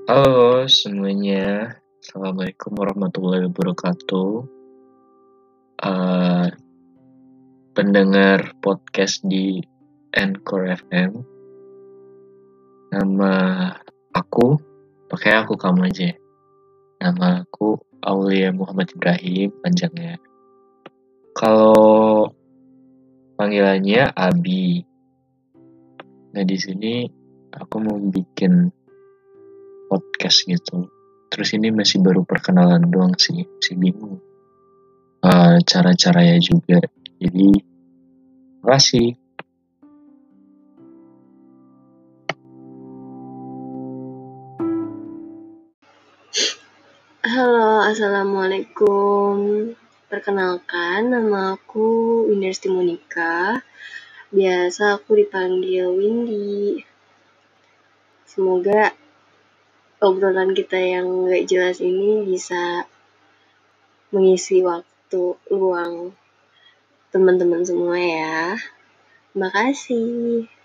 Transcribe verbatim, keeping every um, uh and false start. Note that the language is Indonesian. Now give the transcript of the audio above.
Halo semuanya, Assalamualaikum warahmatullahi wabarakatuh. Uh, pendengar podcast di Anchor F M. Nama aku, pakai aku kamu aja ya. Nama aku Aulia Muhammad Ibrahim, panjangnya. Kalau panggilannya Abi. Nah di sini aku mau bikin podcast gitu. Terus ini masih baru perkenalan doang sih, masih bingung. Uh, cara-caranya juga. Jadi, makasih. Halo, Assalamualaikum. Perkenalkan, nama aku Windarsti Monika. Biasa aku dipanggil Windy. Semoga obrolan kita yang gak jelas ini bisa mengisi waktu luang teman-teman semua ya. Terima kasih.